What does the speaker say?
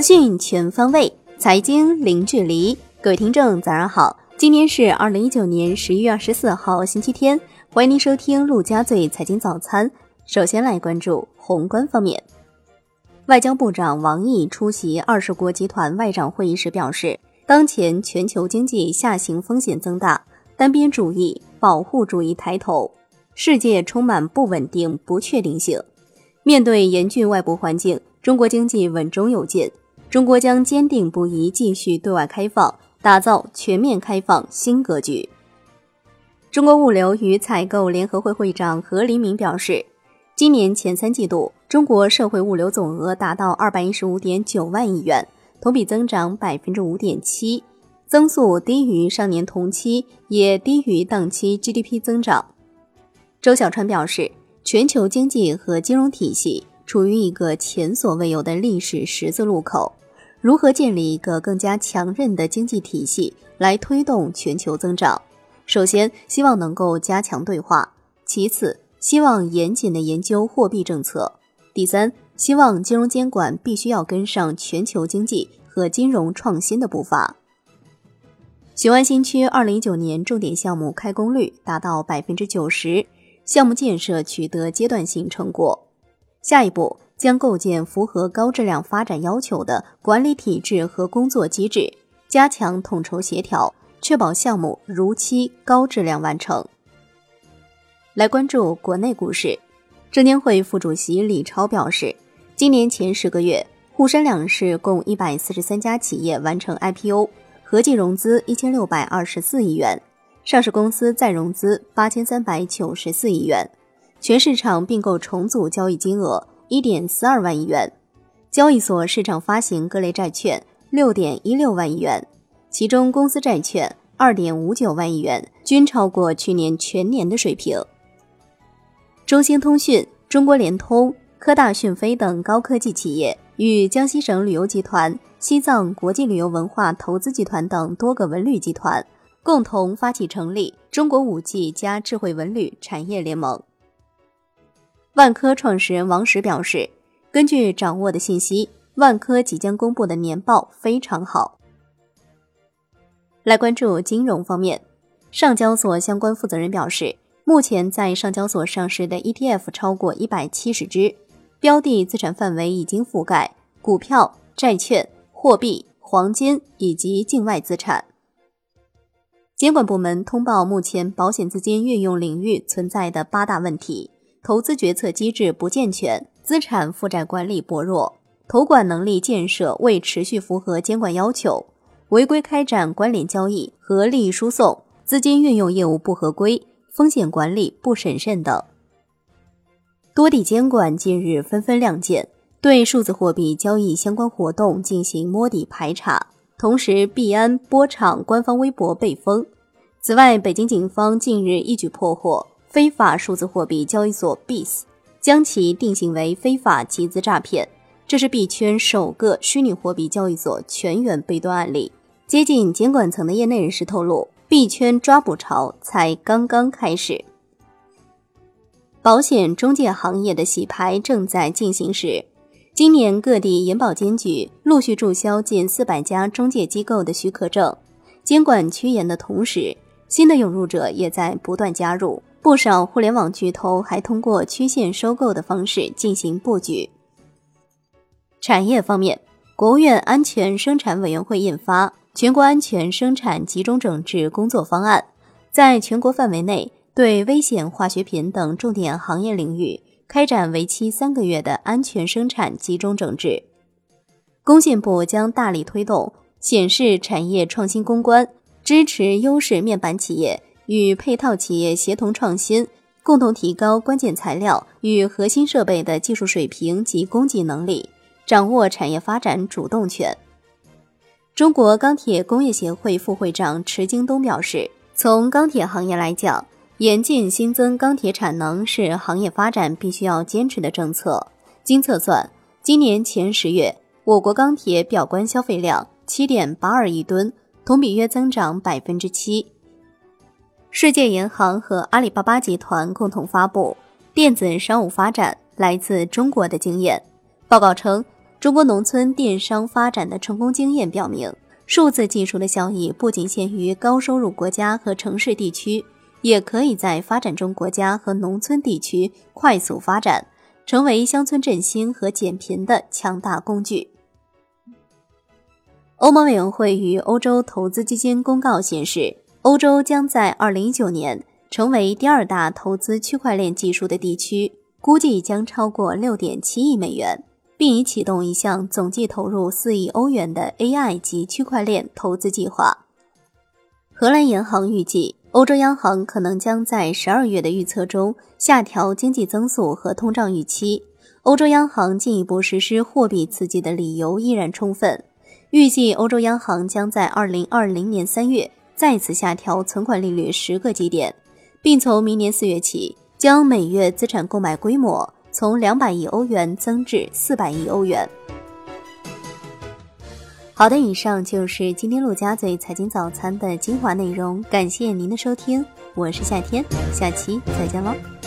讯全方位，财经零距离。各位听众早上好，今天是2019年11月24号星期天，欢迎您收听陆家嘴财经早餐。首先来关注宏观方面。外交部长王毅出席20国集团外长会议时表示，当前全球经济下行风险增大，单边主义、保护主义抬头，世界充满不稳定、不确定性。面对严峻外部环境，中国经济稳中有进，中国将坚定不移继续对外开放，打造全面开放新格局。中国物流与采购联合会会长何黎明表示，今年前3季度，中国社会物流总额达到215.9万亿元，同比增长 5.7%， 增速低于上年同期，也低于当期 GDP 增长。周小川表示，全球经济和金融体系处于一个前所未有的历史十字路口，如何建立一个更加强韧的经济体系来推动全球增长？首先，希望能够加强对话；其次，希望严谨地研究货币政策；第三，希望金融监管必须要跟上全球经济和金融创新的步伐。雄安新区2019年重点项目开工率达到 90%， 项目建设取得阶段性成果。下一步将构建符合高质量发展要求的管理体制和工作机制，加强统筹协调，确保项目如期高质量完成。来关注国内股市，证监会副主席李超表示，今年前10个月，沪深两市共143家企业完成 IPO， 合计融资1624亿元，上市公司再融资8394亿元，全市场并购重组交易金额 1.42 万亿元，交易所市场发行各类债券 6.16 万亿元，其中公司债券 2.59 万亿元，均超过去年全年的水平。中兴通讯、中国联通、科大讯飞等高科技企业与江西省旅游集团、西藏国际旅游文化投资集团等多个文旅集团共同发起成立中国 5G 加智慧文旅产业联盟。万科创始人王石表示，根据掌握的信息，万科即将公布的年报非常好。来关注金融方面，上交所相关负责人表示，目前在上交所上市的 ETF 超过170只，标的资产范围已经覆盖股票、债券、货币、黄金以及境外资产。监管部门通报目前保险资金运用领域存在的8大问题：投资决策机制不健全，资产负债管理薄弱，投管能力建设未持续符合监管要求，违规开展关联交易和利益输送，资金运用业务不合规，风险管理不审慎等。多地监管近日纷纷亮剑，对数字货币交易相关活动进行摸底排查，同时币安、波场官方微博被封。此外，北京警方近日一举破获非法数字货币交易所 BIS， 将其定性为非法集资诈骗，这是币圈首个虚拟货币交易所全员被端案例。接近监管层的业内人士透露，币圈抓捕潮才刚刚开始。保险中介行业的洗牌正在进行时，今年各地银保监局陆续注销近400家中介机构的许可证，监管趋严的同时，新的涌入者也在不断加入，不少互联网巨头还通过曲线收购的方式进行布局。产业方面，国务院安全生产委员会印发全国安全生产集中整治工作方案，在全国范围内对危险化学品等重点行业领域开展为期3个月的安全生产集中整治。工信部将大力推动显示产业创新攻关，支持优势面板企业与配套企业协同创新，共同提高关键材料与核心设备的技术水平及供给能力，掌握产业发展主动权。中国钢铁工业协会副会长池京东表示，从钢铁行业来讲，严禁新增钢铁产能是行业发展必须要坚持的政策。经测算，今年前10月，我国钢铁表观消费量 7.82 亿吨，同比约增长 7%。世界银行和阿里巴巴集团共同发布电子商务发展来自中国的经验报告称， 中国农村电商发展的成功经验表明，数字技术的效益不仅限于高收入国家和城市地区，也可以在发展中国家和农村地区快速发展，成为乡村振兴和减贫的强大工具。欧盟委员会与欧洲投资基金公告显示，欧洲将在2019年成为第2大投资区块链技术的地区，估计将超过 6.7 亿美元，并已启动一项总计投入4亿欧元的 AI 及区块链投资计划。荷兰银行预计，欧洲央行可能将在12月的预测中下调经济增速和通胀预期。欧洲央行进一步实施货币刺激的理由依然充分。预计欧洲央行将在2020年3月再次下调存款利率10个基点，并从明年4月起将每月资产购买规模从200亿欧元增至400亿欧元。好的，以上就是今天陆家嘴财经早餐的精华内容，感谢您的收听，我是夏天，下期再见喽。